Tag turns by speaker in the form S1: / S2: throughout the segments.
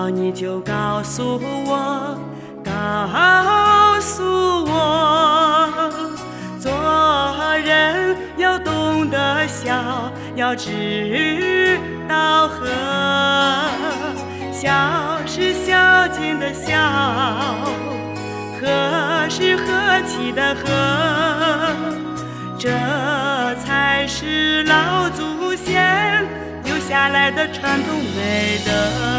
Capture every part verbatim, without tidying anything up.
S1: 道你就告诉我，告诉我，做人要懂得笑，要知道和，笑是孝敬的孝，和是和气的和，这才是老祖先留下来的传统美德。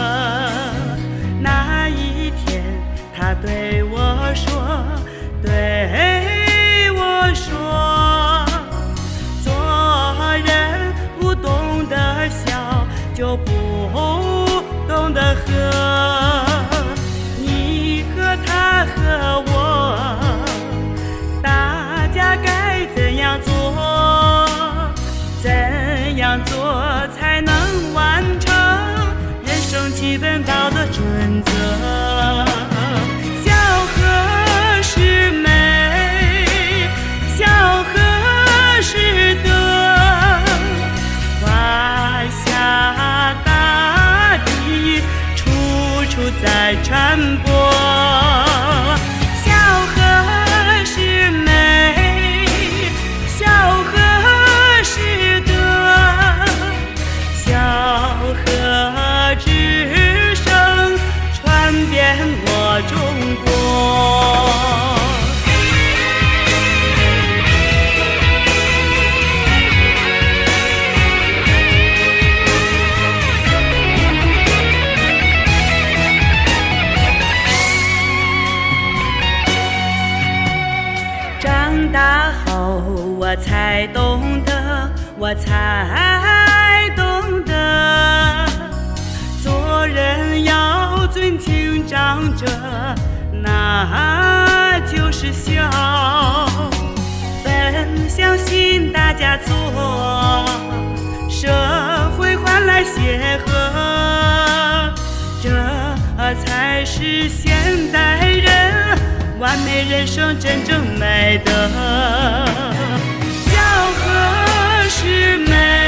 S1: 那一天他对我说，对我说，做人不懂得笑，就不懂得和。你和他和我，大家该怎样做？怎样做才能完成人生基本道德准则？孝和是美，孝和是德，华夏大地处处在传播。孝和是美，孝和是德，孝和之声传遍我中国。长大后我才懂得，我才懂得，做人要尊敬长者，那就是孝。分享心大家做，社会换来协和，这才是现代人完美人生真正美德。孝和是美。